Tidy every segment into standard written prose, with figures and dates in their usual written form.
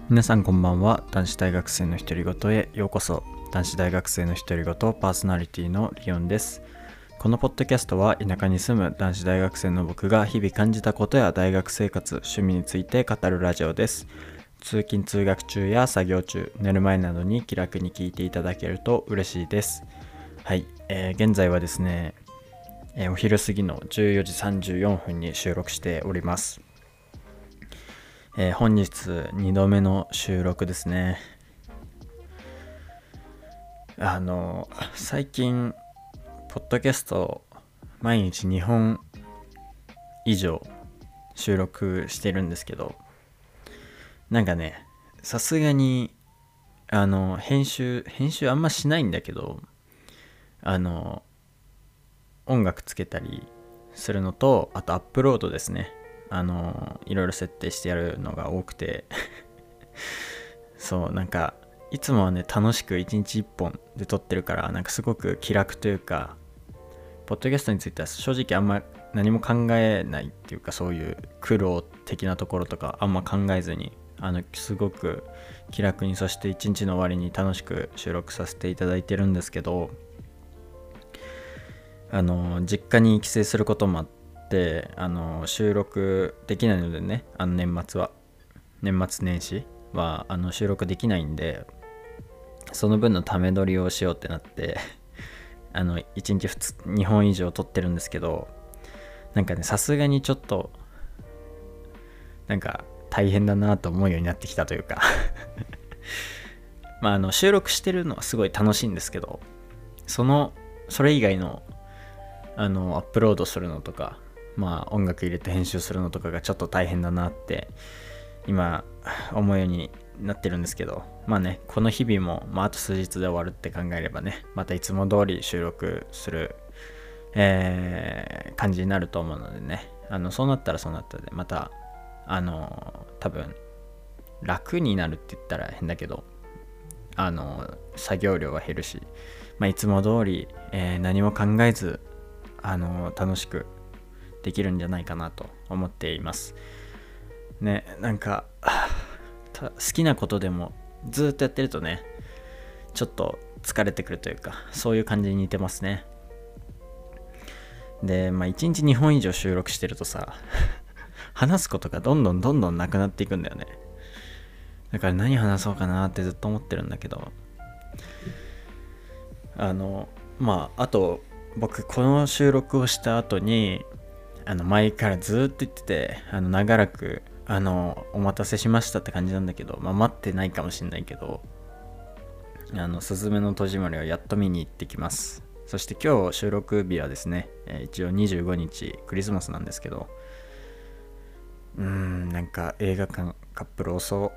皆さんこんばんは。男子大学生の独り言へようこそ。男子大学生の独り言パーソナリティのリオンです。このポッドキャストは田舎に住む男子大学生の僕が日々感じたことや大学生活、趣味について語るラジオです。通勤通学中や作業中、寝る前などに気楽に聞いていただけると嬉しいです。はい、現在はですね、お昼過ぎの14時34分に収録しております。本日2度目の収録ですね。最近ポッドキャスト毎日2本以上収録してるんですけど、なんかね、さすがに編集あんましないんだけど、音楽つけたりするのと、あとアップロードですね。いろいろ設定してやるのが多くてそう、なんかいつもはね、楽しく1日1本で撮ってるから、なんかすごく気楽というか、ポッドキャストについては正直あんま何も考えないっていうか、そういう苦労的なところとかあんま考えずに、すごく気楽に、そして1日の終わりに楽しく収録させていただいてるんですけど、実家に帰省することもあって、収録できないのでね、年末年始は収録できないんで、その分のため撮りをしようってなって1日2本以上撮ってるんですけど、なんかね、さすがにちょっとなんか大変だなと思うようになってきたというか収録してるのはすごい楽しいんですけど、それ以外のアップロードするのとか、音楽入れて編集するのとかがちょっと大変だなって今思うようになってるんですけど、この日々も、あと数日で終わるって考えればね、またいつも通り収録する、感じになると思うのでね、そうなったらでまた多分楽になるって言ったら変だけど、作業量は減るし、いつも通り、何も考えず楽しくできるんじゃないかなと思っていますね。なんか好きなことでもずっとやってるとね、ちょっと疲れてくるというか、そういう感じに似てますね。で、1日2本以上収録してるとさ話すことがどんどんなくなっていくんだよね。だから何話そうかなってずっと思ってるんだけど、あと僕この収録をした後に前からずっと言ってて、長らくお待たせしましたって感じなんだけど、待ってないかもしれないけど、すずめの戸締まりをやっと見に行ってきます。そして今日収録日はですね、一応25日クリスマスなんですけど、なんか映画館カップル多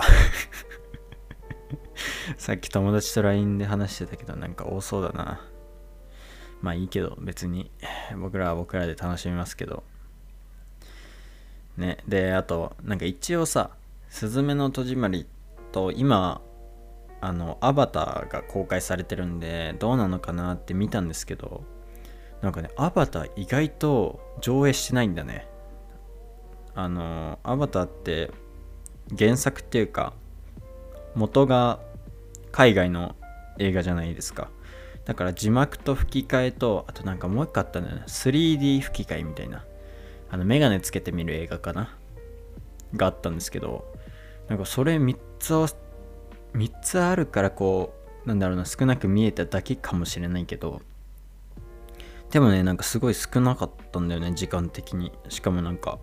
さっき友達と LINE で話してたけど、なんか多そうだな。いいけど、別に僕らは僕らで楽しみますけどね。で、あとなんか一応さ、すずめの戸締まりと今アバターが公開されてるんで、どうなのかなって見たんですけど、なんかね、アバター意外と上映してないんだね。アバターって原作っていうか元が海外の映画じゃないですか。だから字幕と吹き替えと、あとなんかもう一個あったんだよね、 3D 吹き替えみたいな、メガネつけて見る映画かながあったんですけど、なんかそれ3つあるからこう、なんだろうな、少なく見えただけかもしれないけど、でもね、なんかすごい少なかったんだよね、時間的に。しかもなんか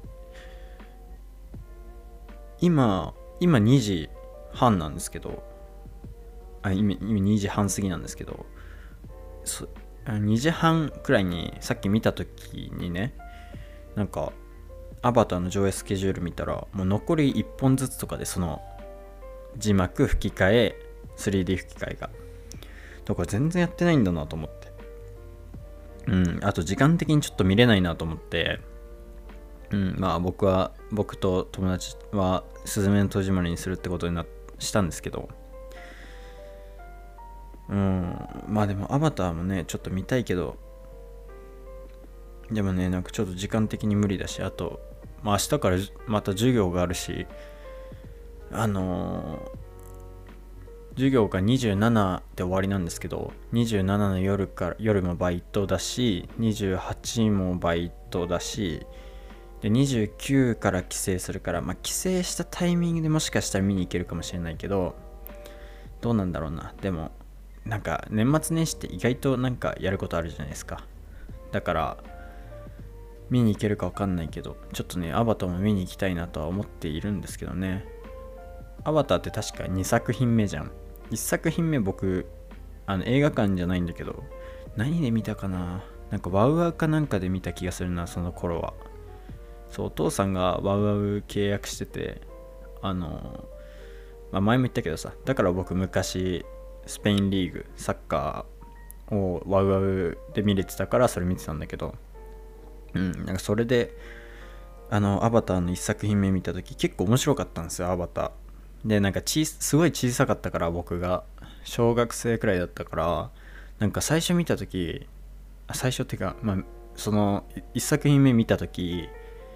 今2時半なんですけど、今2時半過ぎなんですけど、2時半くらいにさっき見た時にね、なんかアバターの上映スケジュール見たら、もう残り1本ずつとかで、その字幕吹き替え 3D 吹き替えが、だから全然やってないんだなと思って、あと時間的にちょっと見れないなと思って、僕と友達はすずめの戸締まりにするってことにしたんですけど、でもアバターもねちょっと見たいけど、でもね、なんかちょっと時間的に無理だし、あと、明日からまた授業があるし、 授業が27で終わりなんですけど、27の夜もバイトだし、28もバイトだし、で29から帰省するから、帰省したタイミングでもしかしたら見に行けるかもしれないけど、どうなんだろうな。でもなんか年末年始って意外となんかやることあるじゃないですか。だから見に行けるか分かんないけど、ちょっとねアバターも見に行きたいなとは思っているんですけどね。アバターって確か2作品目じゃん。1作品目僕映画館じゃないんだけど、何で見たかな、なんかワウワウかなんかで見た気がするな、その頃は。そう、お父さんがワウワウ契約してて、前も言ったけどさ、だから僕昔スペインリーグサッカーをワウワウで見れてたからそれ見てたんだけど、なんかそれでアバターの1作品目見た時結構面白かったんですよ、アバターで。なんかすごい小さかったから、僕が小学生くらいだったから、なんか最初見た時、最初っていうか、その1作品目見た時、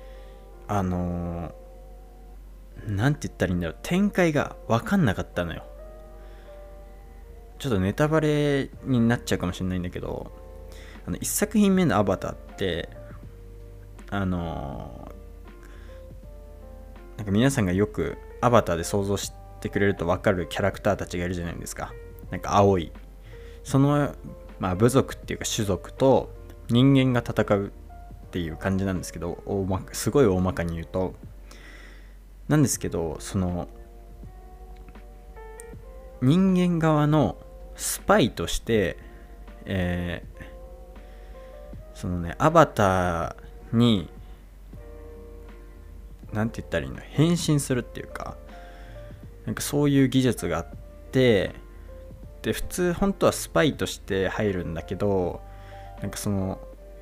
なんて言ったらいいんだろう、展開が分かんなかったのよ。ちょっとネタバレになっちゃうかもしれないんだけど、1作品目のアバターってなんか皆さんがよくアバターで想像してくれると分かるキャラクターたちがいるじゃないですか。なんか青い、その部族っていうか種族と人間が戦うっていう感じなんですけど、すごい大まかに言うとなんですけど、その人間側のスパイとして、そのねアバターになんて言ったらいいの、変身するっていうか、なんかそういう技術があって、で普通本当はスパイとして入るんだけど、なんかその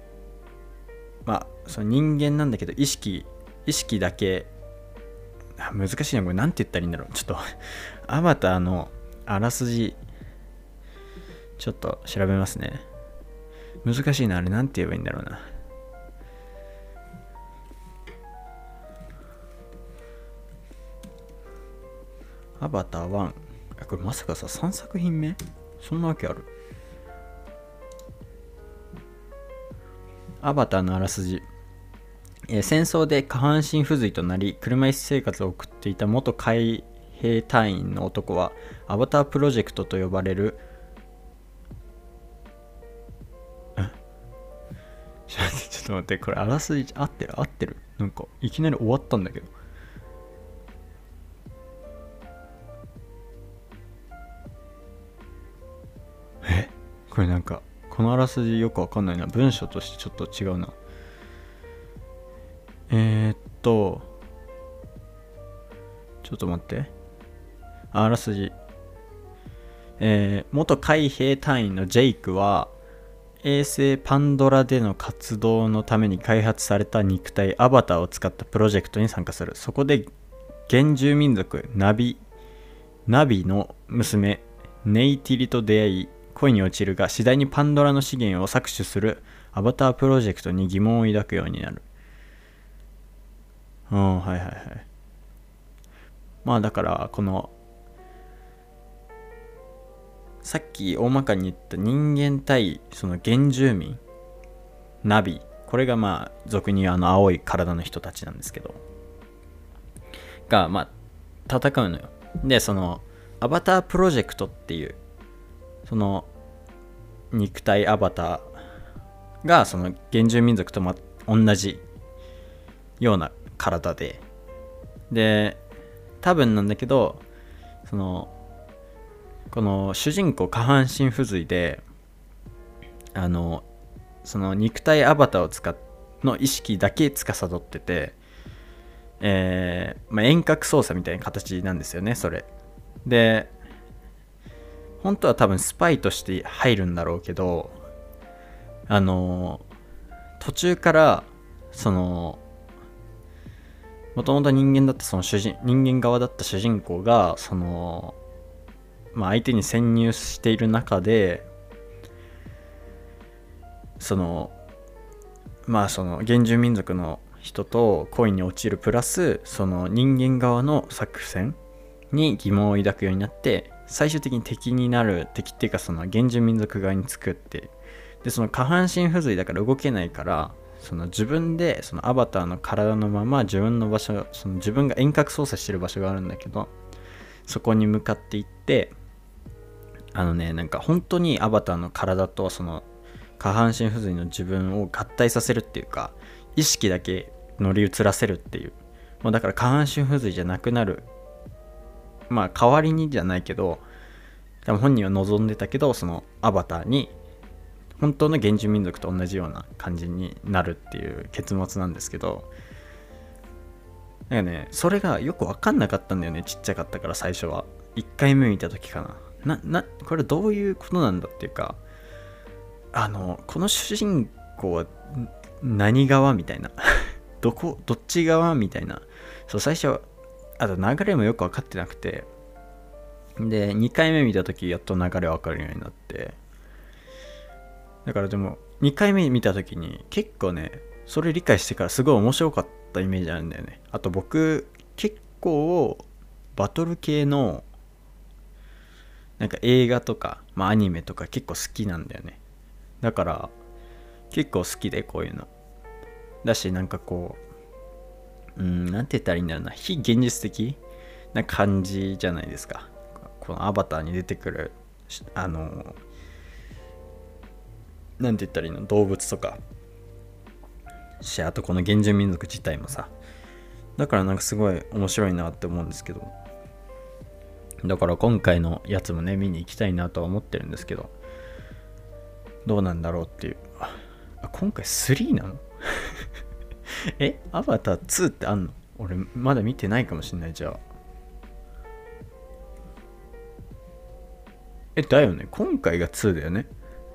人間なんだけど意識だけ、難しいなこれ、なんて言ったらいいんだろう。ちょっとアバターのあらすじちょっと調べますね。難しいな、あれなんて言えばいいんだろうな。アバター1、これまさかさ3作品目、そんなわけある。アバターのあらすじ、戦争で下半身不随となり車椅子生活を送っていた元海兵隊員の男はアバタープロジェクトと呼ばれるちょっと待って、これあらすじ合ってる、なんかいきなり終わったんだけど。これなんかこのあらすじよくわかんないな、文章としてちょっと違うな。ちょっと待って、あらすじ、元海兵隊員のジェイクは衛星パンドラでの活動のために開発された肉体アバターを使ったプロジェクトに参加する。そこで原住民族ナビの娘ネイティリと出会い恋に落ちるが、次第にパンドラの資源を搾取するアバタープロジェクトに疑問を抱くようになる。はいはいはい。だからこのさっき大まかに言った人間対その原住民ナビ、これが俗に言う青い体の人たちなんですけど、が戦うのよ。でそのアバタープロジェクトっていうその肉体アバターがその原住民族と同じような体で多分なんだけど、この主人公下半身不随でその肉体アバターを使っの意識だけ司ってて、遠隔操作みたいな形なんですよね、それで。本当は多分スパイとして入るんだろうけど、途中からそのもともと人間だった人間側だった主人公がその相手に潜入している中で、その原住民族の人と恋に落ちるプラスその人間側の作戦に疑問を抱くようになって、最終的に敵っていうかその原住民族側につくって。でその下半身不随だから動けないから、その自分でそのアバターの体のまま自分の場所、その自分が遠隔操作してる場所があるんだけど、そこに向かっていって、なんか本当にアバターの体とその下半身不随の自分を合体させるっていうか、意識だけ乗り移らせるっていう、もうだから下半身不随じゃなくなる、まあ代わりにじゃないけど、多分本人は望んでたけど、そのアバターに本当の原住民族と同じような感じになるっていう結末なんですけど、なんかね、それがよく分かんなかったんだよね、ちっちゃかったから。最初は1回目見た時かな、これどういうことなんだっていうか、この主人公は何側みたいなどっち側みたいな。そう、最初あと流れもよく分かってなくて、で2回目見た時やっと流れ分かるようになって、だからでも2回目見た時に結構ね、それ理解してからすごい面白かったイメージあるんだよね。あと僕結構バトル系のなんか映画とか、まあアニメとか結構好きなんだよね。だから結構好きで、こういうのだし、なんかこう、なんて言ったらいいんだろうな、非現実的な感じじゃないですか、このアバターに出てくるなんて言ったらいいの、動物とかあとこの原住民族自体もさ、だからなんかすごい面白いなって思うんですけど、だから今回のやつもね見に行きたいなとは思ってるんですけど、どうなんだろうっていう。今回3なのアバター2ってあんの？俺まだ見てないかもしんない。じゃあだよね、今回が2だよね。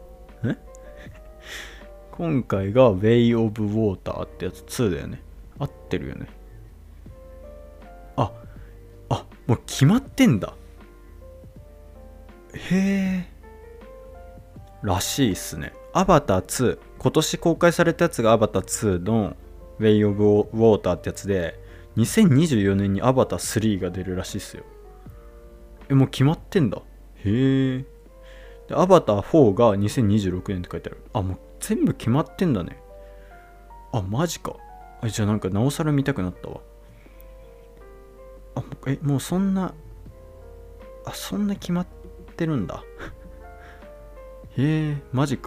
今回が Way of Water ってやつ2だよね。合ってるよね。もう決まってんだ。へえ。らしいっすね。アバター2、今年公開されたやつがアバター2の Way of Water ってやつで、2024年にアバター3が出るらしいっすよ。もう決まってんだ。へえ。でアバター4が2026年って書いてある。もう全部決まってんだね。マジか。じゃあなんかなおさら見たくなったわ。もうそんな決まってるんだへえ、マジか。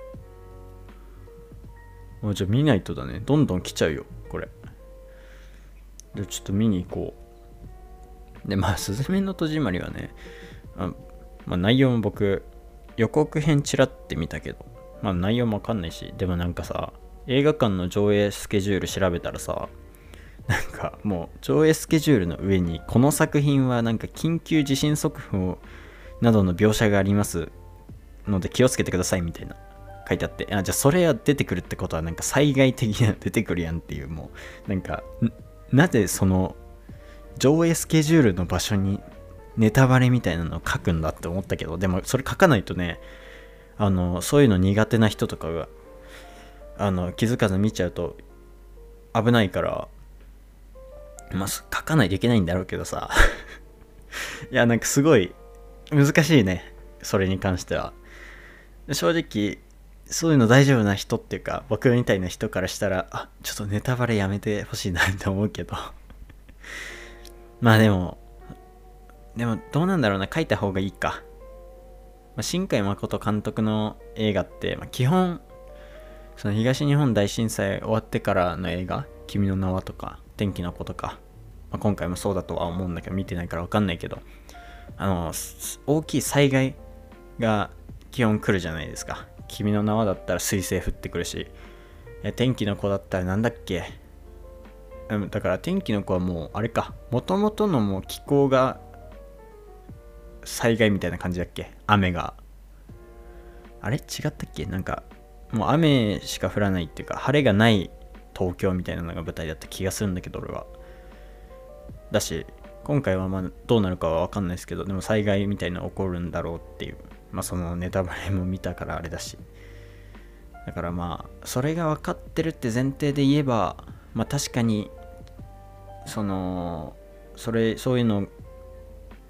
じゃあ見ないとだね。どんどん来ちゃうよこれ。じゃあちょっと見に行こう。で、すずめの戸締まりはね、内容も僕予告編チラって見たけど、内容もわかんないし、でもなんかさ、映画館の上映スケジュール調べたらさ、なんかもう上映スケジュールの上に、この作品はなんか緊急地震速報などの描写がありますので気をつけてくださいみたいな書いてあって、じゃあそれは出てくるってことはなんか災害的な出てくるやんっていう、もうなんかなぜその上映スケジュールの場所にネタバレみたいなのを書くんだって思ったけど、でもそれ書かないとね、そういうの苦手な人とかが気づかず見ちゃうと危ないから、書かないといけないんだろうけどさいやなんかすごい難しいね、それに関しては。正直そういうの大丈夫な人っていうか、僕みたいな人からしたらちょっとネタバレやめてほしいなって思うけどでもどうなんだろうな、書いた方がいいか。新海誠監督の映画って、基本その東日本大震災終わってからの映画、君の名はとか天気の子とか、今回もそうだとは思うんだけど、見てないから分かんないけど、大きい災害が基本来るじゃないですか。君の名はだったら彗星降ってくるし、天気の子だったらなんだっけ、だから天気の子はもうあれか、元々のもう気候が災害みたいな感じだっけ。雨が違ったっけ。なんかもう雨しか降らないっていうか、晴れがない東京みたいなのが舞台だった気がするんだけど、俺は。だし今回はどうなるかは分かんないですけど、でも災害みたいなの起こるんだろうっていう、そのネタバレも見たからあれだし、だからそれが分かってるって前提で言えば、確かにそういうの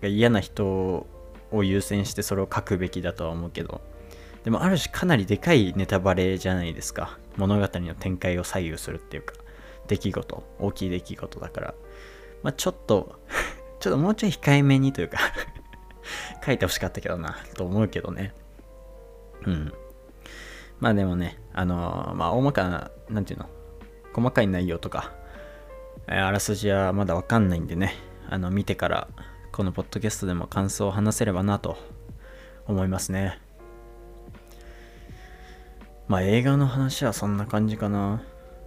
が嫌な人を優先してそれを書くべきだとは思うけど、でもある種かなりでかいネタバレじゃないですか。物語の展開を左右するっていうか、大きい出来事だから、まあちょっともうちょい控えめにというか書いてほしかったけどなと思うけどね。まあでもね、まあ大まかな、なんていうの、細かい内容とか、あらすじはまだわかんないんでね、見てからこのポッドキャストでも感想を話せればなと思いますね。まあ映画の話はそんな感じかな。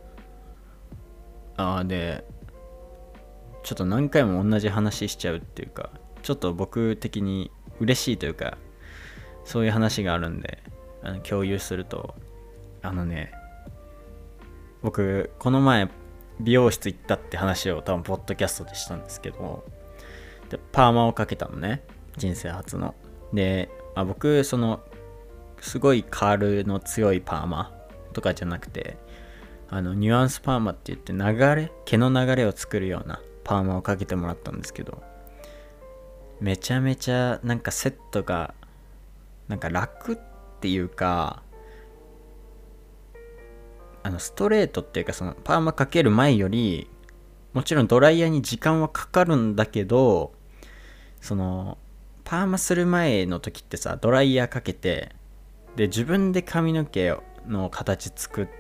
で、ちょっと何回も同じ話しちゃうっていうか、ちょっと僕的に嬉しいというか、そういう話があるんで、共有すると、僕この前美容室行ったって話を多分ポッドキャストでしたんですけど、でパーマをかけたのね、人生初の。で、僕すごいカールの強いパーマとかじゃなくて、ニュアンスパーマって言って毛の流れを作るようなパーマをかけてもらったんですけど、めちゃめちゃなんかセットがなんか楽っていうか、ストレートっていうか、パーマかける前よりもちろんドライヤーに時間はかかるんだけど、パーマする前の時ってさ、ドライヤーかけて、で自分で髪の毛の形作って、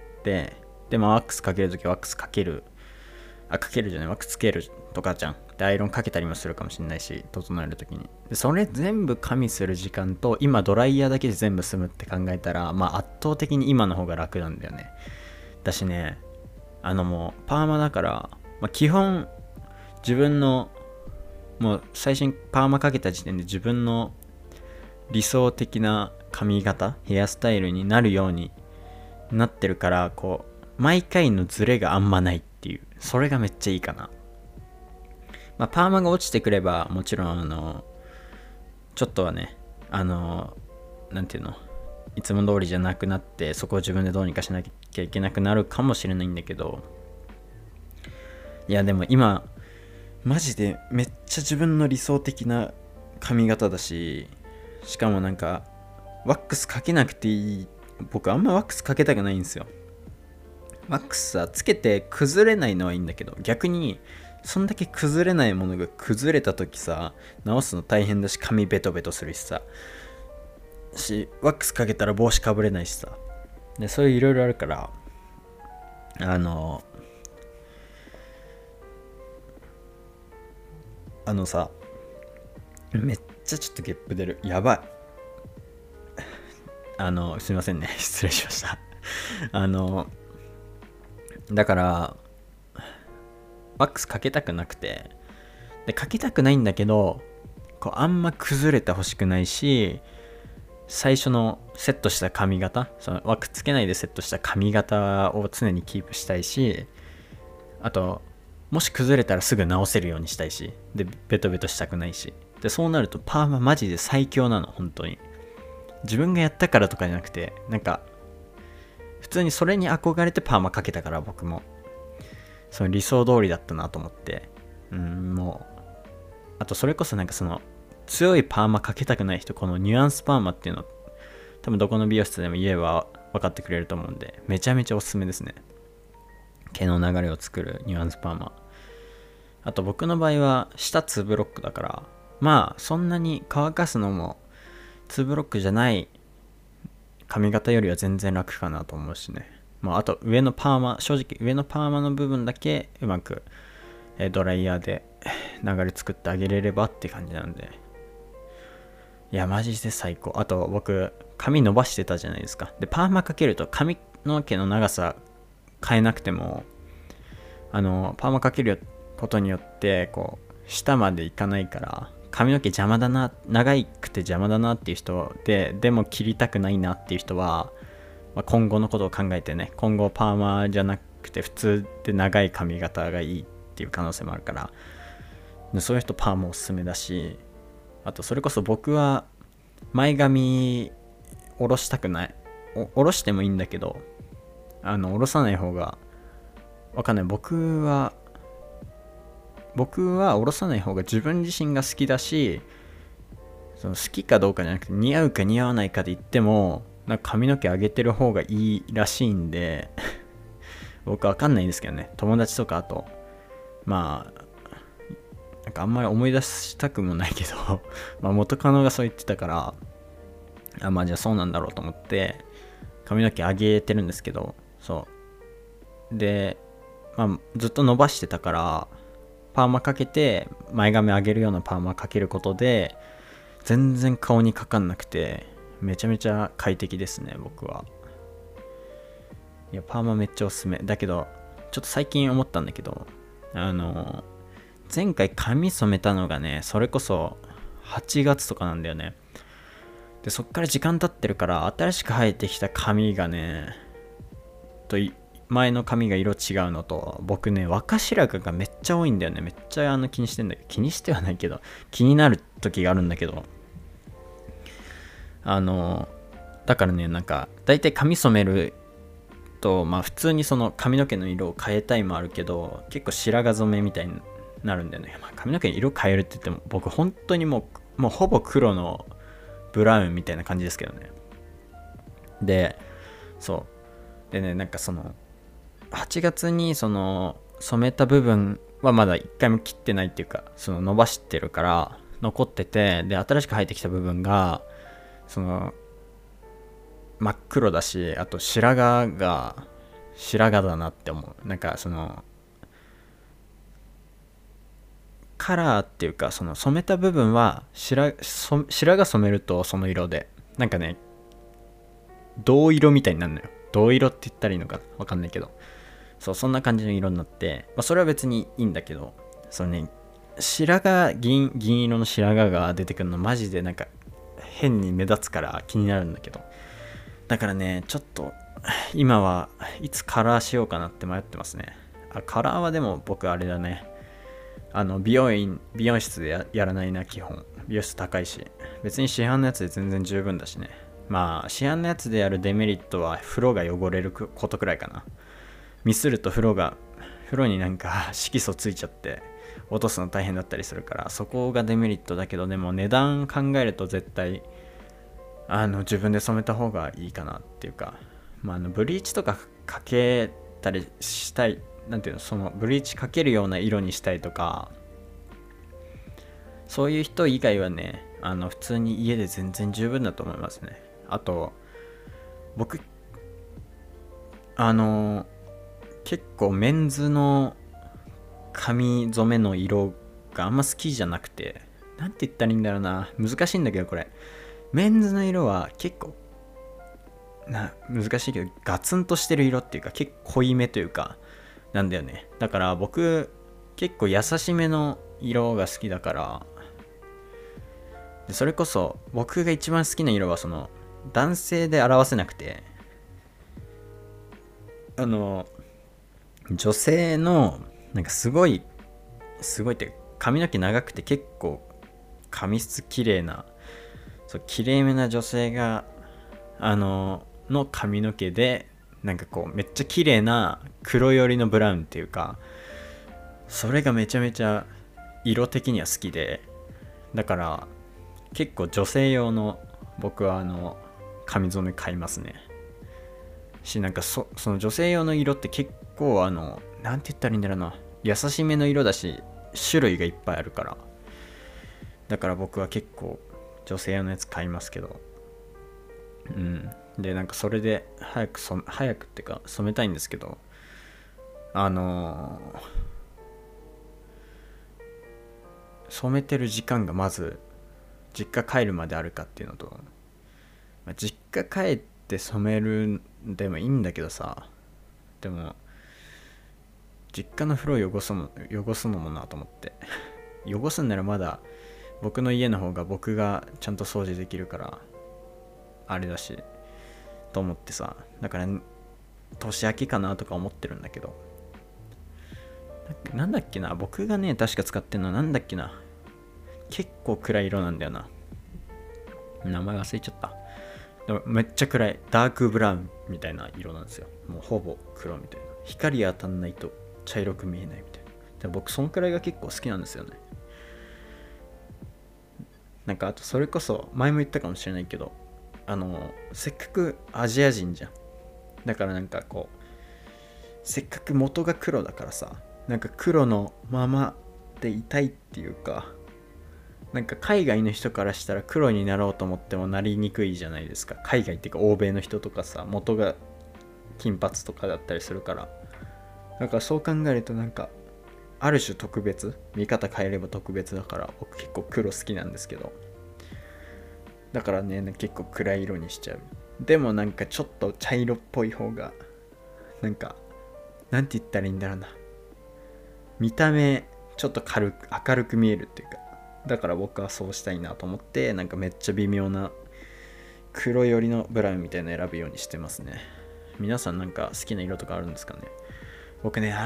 でワックスかけるときワックスかけるワックスつけるとかじゃん。でアイロンかけたりもするかもしれないし、整えるときに。でそれ全部加味する時間と今ドライヤーだけで全部済むって考えたら、まあ圧倒的に今の方が楽なんだよね。だしね、もうパーマだから、基本自分のもう最初にパーマかけた時点で自分の理想的な髪型、ヘアスタイルになるようになってるから、こう毎回のズレがあんまないっていう、それがめっちゃいいかな。パーマが落ちてくればもちろんちょっとはね、なんていうの、いつも通りじゃなくなって、そこを自分でどうにかしなきゃいけなくなるかもしれないんだけど、いやでも今マジでめっちゃ自分の理想的な髪型だし、しかもなんかワックスかけなくていい。僕あんまワックスかけたくないんですよ。ワックスさつけて崩れないのはいいんだけど、逆にそんだけ崩れないものが崩れた時さ、直すの大変だし、髪ベトベトするしさ、ワックスかけたら帽子かぶれないしさ、でそういういろいろあるから、さ、めっちゃちょっとゲップ出る、やばい。すいませんね、失礼しましただからワックスかけたくなくて、でかけたくないんだけど、こうあんま崩れてほしくないし、最初のセットした髪型、ワックスつけないでセットした髪型を常にキープしたいし、あともし崩れたらすぐ直せるようにしたいし、でベトベトしたくないし、でそうなるとパーママジで最強なの。本当に自分がやったからとかじゃなくて、なんか普通にそれに憧れてパーマかけたから、僕もその理想通りだったなと思って、もうあとそれこそなんか強いパーマかけたくない人、このニュアンスパーマっていうの多分どこの美容室でも言えば分かってくれると思うんで、めちゃめちゃおすすめですね。毛の流れを作るニュアンスパーマ。あと僕の場合は下2ブロックだから、まあそんなに乾かすのも2ブロックじゃない髪型よりは全然楽かなと思うしね。あと上のパーマ、正直上のパーマの部分だけうまくドライヤーで流れ作ってあげれればって感じなんで、いやマジで最高。あと僕髪伸ばしてたじゃないですか。でパーマかけると髪の毛の長さ変えなくても、パーマかけることによってこう下までいかないから、髪の毛邪魔だな、長くて邪魔だなっていう人でも切りたくないなっていう人は、今後のことを考えてね、今後パーマじゃなくて普通で長い髪型がいいっていう可能性もあるから、でそういう人パーマおすすめだし、あとそれこそ僕は前髪下ろしたくない、下ろしてもいいんだけど、下ろさない方がわかんない。僕は僕は下ろさない方が自分自身が好きだし、その好きかどうかじゃなくて似合うか似合わないかで言ってもなんか髪の毛上げてる方がいいらしいんで僕わかんないんですけどね。友達とかあとまあなんかあんまり思い出したくもないけどまあ元カノがそう言ってたからまあじゃあそうなんだろうと思って髪の毛上げてるんですけど、そうでまあずっと伸ばしてたからパーマかけて前髪上げるようなパーマかけることで全然顔にかかんなくてめちゃめちゃ快適ですね僕は。いやパーマめっちゃおすすめだけど、ちょっと最近思ったんだけど前回髪染めたのがねそれこそ8月とかなんだよね。でそっから時間経ってるから新しく生えてきた髪がね前の髪が色違うのと、僕ね若白髪がめっちゃ多いんだよね。めっちゃ気にしてんだけど、気にしてはないけど気になる時があるんだけど、だからねなんか大体髪染めるとまあ普通にその髪の毛の色を変えたいもあるけど、結構白髪染めみたいになるんだよね。まあ、髪の毛の色変えるって言っても僕本当にもうほぼ黒のブラウンみたいな感じですけどね。ででねなんかその8月にその染めた部分はまだ一回も切ってないっていうか、その伸ばしてるから残ってて、で新しく生えてきた部分がその真っ黒だし、あと白髪だなって思う。なんかそのカラーっていうか、その染めた部分は白髪染めるとその色でなんかね銅色みたいになるのよ。銅色って言ったらいいのかわかんないけど、そんな感じの色になって、まあ、それは別にいいんだけど、そのね白髪銀色の白髪が出てくるのマジでなんか変に目立つから気になるんだけど、だからねちょっと今はいつカラーしようかなって迷ってますね。カラーはでも僕あれだね、美容室で やらないな。基本美容室高いし、別に市販のやつで全然十分だしね。まあ市販のやつでやるデメリットは風呂が汚れることくらいかな。ミスると風呂になんか色素ついちゃって落とすの大変だったりするから、そこがデメリットだけど、でも値段考えると絶対自分で染めた方がいいかなっていうか、まあ、ブリーチとかかけたりしたい、なんていうの、そのブリーチかけるような色にしたいとか、そういう人以外はね普通に家で全然十分だと思いますね。あと僕結構メンズの髪染めの色があんま好きじゃなくて、なんて言ったらいいんだろうな、難しいんだけど、これメンズの色は結構難しいけどガツンとしてる色っていうか結構濃いめというかなんだよね。だから僕結構優しめの色が好きだから、でそれこそ僕が一番好きな色はその男性で表せなくて、女性のなんかすごいって髪の毛長くて結構髪質綺麗な綺麗めな女性がの髪の毛でなんかこうめっちゃ綺麗な黒寄りのブラウンっていうか、それがめちゃめちゃ色的には好きで、だから結構女性用の僕は髪染め買いますね。なんかその女性用の色って結構なんて言ったらいいんだろうな、優しめの色だし種類がいっぱいあるから、だから僕は結構女性用のやつ買いますけど、でなんかそれで早くっていうか染めたいんですけど、染めてる時間がまず実家帰るまであるかっていうのと、実家帰って染めるんでもいいんだけどさ、でも実家の風呂汚すのもなと思って汚すんならまだ僕の家の方が僕がちゃんと掃除できるからあれだしと思ってさ、だから年明けかなとか思ってるんだけど、なんだっけな、僕がね確か使ってるのはなんだっけな、結構暗い色なんだよな、名前忘れちゃった。でもめっちゃ暗いダークブラウンみたいな色なんですよ。もうほぼ黒みたいな、光当たんないと茶色く見えないみたいな。 で僕そのくらいが結構好きなんですよね。なんかあとそれこそ前も言ったかもしれないけど、せっかくアジア人じゃん。だからなんかこうせっかく元が黒だからさ、なんか黒のままでいたいっていうか、なんか海外の人からしたら黒になろうと思ってもなりにくいじゃないですか。海外っていうか欧米の人とかさ、元が金髪とかだったりするから。だからそう考えるとなんかある種特別、見方変えれば特別だから、僕結構黒好きなんですけど、だからね結構暗い色にしちゃう。でもなんかちょっと茶色っぽい方がなんかなんて言ったらいいんだろうな、見た目ちょっと明るく見えるっていうか、だから僕はそうしたいなと思って、なんかめっちゃ微妙な黒寄りのブラウンみたいなの選ぶようにしてますね。皆さんなんか好きな色とかあるんですかね。僕ね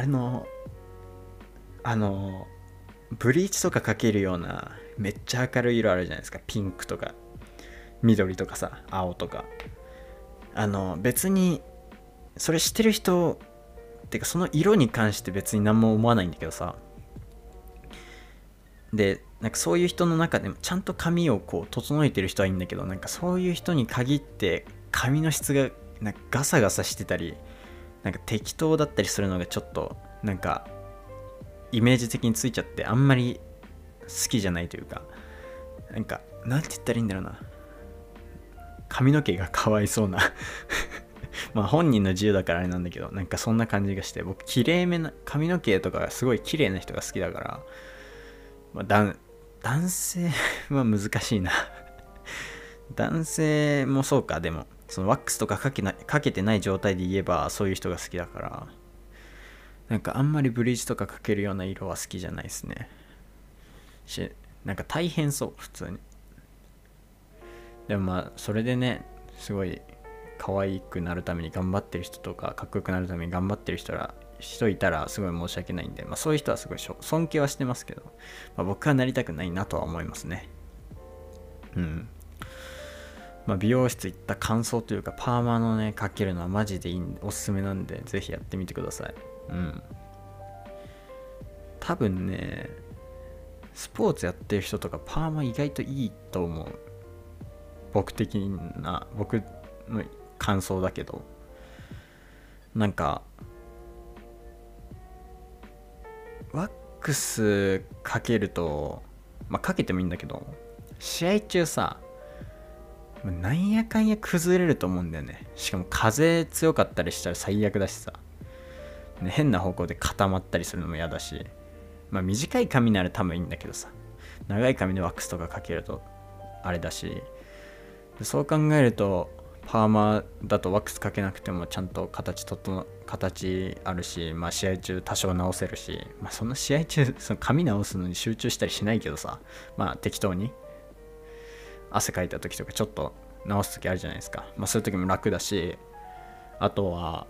ブリーチとかかけるようなめっちゃ明るい色あるじゃないですか。ピンクとか緑とかさ、青とか。別にそれしてる人ってか、その色に関して別に何も思わないんだけどさ。でなんかそういう人の中でもちゃんと髪をこう整えてる人はいいんだけど、なんかそういう人に限って髪の質がなんかガサガサしてたり、なんか適当だったりするのがちょっとなんかイメージ的についちゃって、あんまり好きじゃないというか、なんかなんて言ったらいいんだろうな、髪の毛がかわいそうなまあ本人の自由だからあれなんだけど、なんかそんな感じがして、僕綺麗めな髪の毛とかがすごい綺麗な人が好きだから、まあ、男性は難しいな男性もそうか。でもそのワックスとかかけてない状態で言えばそういう人が好きだから、なんかあんまりブリーチとかかけるような色は好きじゃないですね。なんか大変そう普通に。でもまあそれでね、すごい可愛くなるために頑張ってる人とか、かっこよくなるために頑張ってる人いたらすごい申し訳ないんで、まあそういう人はすごい尊敬はしてますけど、まあ、僕はなりたくないなとは思いますね。まあ、美容室行った感想というか、パーマのねかけるのはマジでおすすめなんで、ぜひやってみてください。多分ね、スポーツやってる人とかパーマ意外といいと思う。僕の感想だけど、なんかワックスかけると、まあかけてもいいんだけど、試合中さ、なんやかんや崩れると思うんだよね。しかも風強かったりしたら最悪だしさ、ね、変な方向で固まったりするのも嫌だし、まあ短い髪なら多分いいんだけどさ、長い髪でワックスとかかけるとあれだし、そう考えるとパーマだとワックスかけなくてもちゃんと形あるし、まあ試合中多少直せるし、まあそんな試合中その髪直すのに集中したりしないけどさ、まあ適当に汗かいた時とかちょっと直す時あるじゃないですか。まあそういう時も楽だし、あとは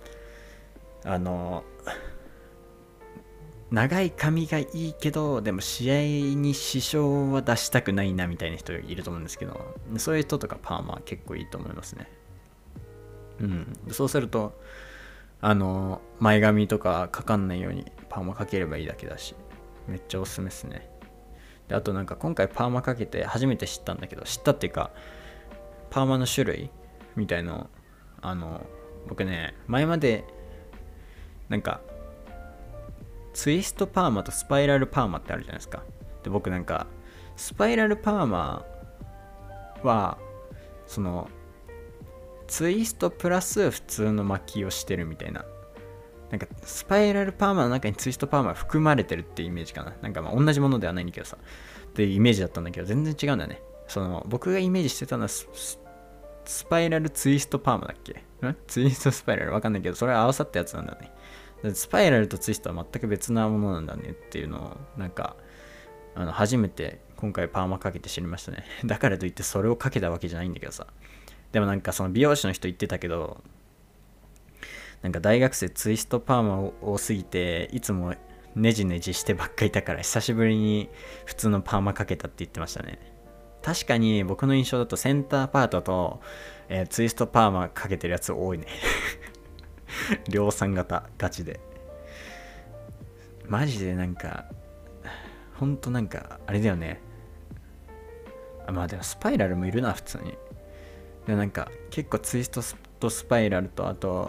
長い髪がいいけどでも試合に支障は出したくないなみたいな人いると思うんですけど、そういう人とかパーマは結構いいと思いますね。そうすると前髪とかかかんないようにパーマかければいいだけだし、めっちゃおすすめですね。であとなんか今回パーマかけて初めて知ったっていうか、パーマの種類みたいの僕ね、前までなんかツイストパーマとスパイラルパーマってあるじゃないですか。で僕なんかスパイラルパーマはそのツイストプラス普通の巻きをしてるみたいな、なんかスパイラルパーマの中にツイストパーマが含まれてるってイメージかな。なんかまあ同じものではないんだけどさ、っていうイメージだったんだけど全然違うんだね。僕がイメージしてたのはスパイラルツイストパーマだっけ、ツイストスパイラルわかんないけど、それは合わさったやつなんだね。スパイラルとツイストは全く別なものなんだねっていうのをなんか初めて今回パーマかけて知りましたね。だからといってそれをかけたわけじゃないんだけどさ、でもなんかその美容師の人言ってたけど、なんか大学生ツイストパーマ多すぎていつもネジネジしてばっかいたから久しぶりに普通のパーマかけたって言ってましたね。確かに僕の印象だとセンターパートと、ツイストパーマかけてるやつ多いね量産型ガチで。 マジでなんかほんとなんかあれだよね。まあでもスパイラルもいるな普通に。でなんか結構ツイストとスパイラルと、あと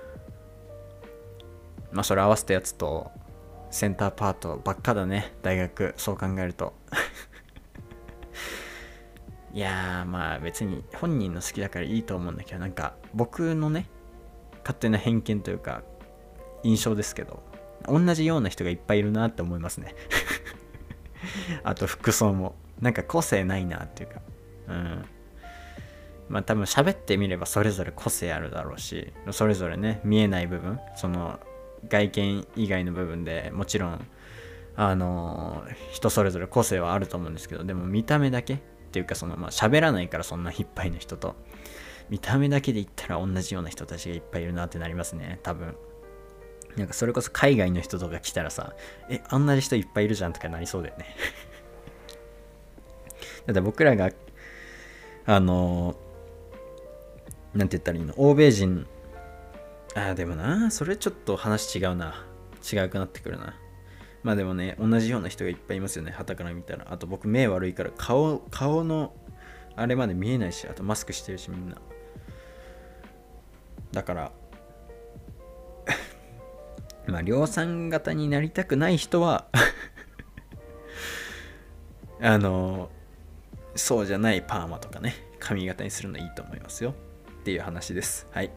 まあそれ合わせたやつとセンターパートばっかだね、大学。そう考えるといやーまあ別に本人の好きだからいいと思うんだけど、なんか僕のね勝手な偏見というか印象ですけど、同じような人がいっぱいいるなって思いますねあと服装もなんか個性ないなっていうか、まあ多分喋ってみればそれぞれ個性あるだろうし、それぞれね見えない部分、その外見以外の部分でもちろん人それぞれ個性はあると思うんですけど、でも見た目だけっていうか、そのまあ喋らないから、そんないっぱいの人と見た目だけで言ったら同じような人たちがいっぱいいるなってなりますね、多分。なんかそれこそ海外の人とか来たらさ、同じ人いっぱいいるじゃんとかなりそうだよねだって僕らがなんて言ったらいいの、欧米人、でもな、それちょっと話違うな、違くなってくるな。まあでもね、同じような人がいっぱいいますよね、傍から見たら。あと僕目悪いから顔のあれまで見えないし、あとマスクしてるしみんな。だからまあ量産型になりたくない人はそうじゃないパーマとかね、髪型にするのいいと思いますよっていう話です。はい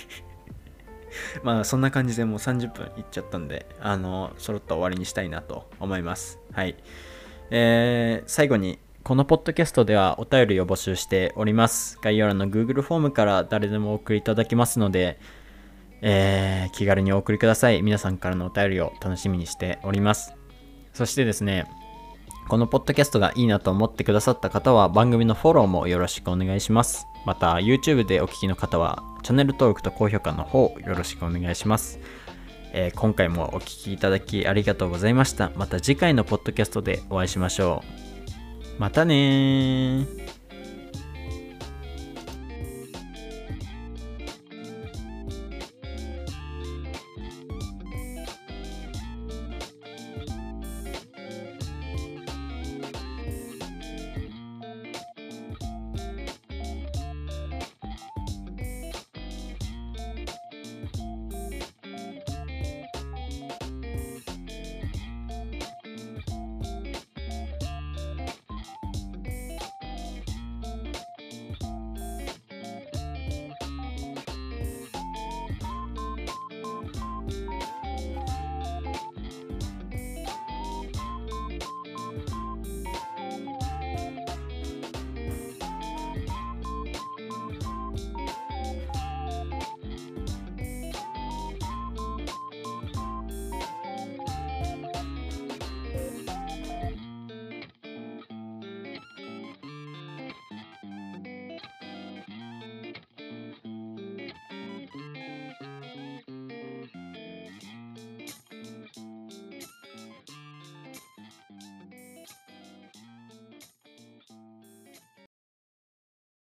まあそんな感じでもう30分いっちゃったんで、そろっと終わりにしたいなと思います。はい。最後に、このポッドキャストではお便りを募集しております。概要欄の Google フォームから誰でもお送りいただけますので、気軽にお送りください。皆さんからのお便りを楽しみにしております。そしてですね、このポッドキャストがいいなと思ってくださった方は番組のフォローもよろしくお願いします。また YouTube でお聞きの方はチャンネル登録と高評価の方よろしくお願いします。今回もお聞きいただきありがとうございました。また次回のポッドキャストでお会いしましょう。またねー。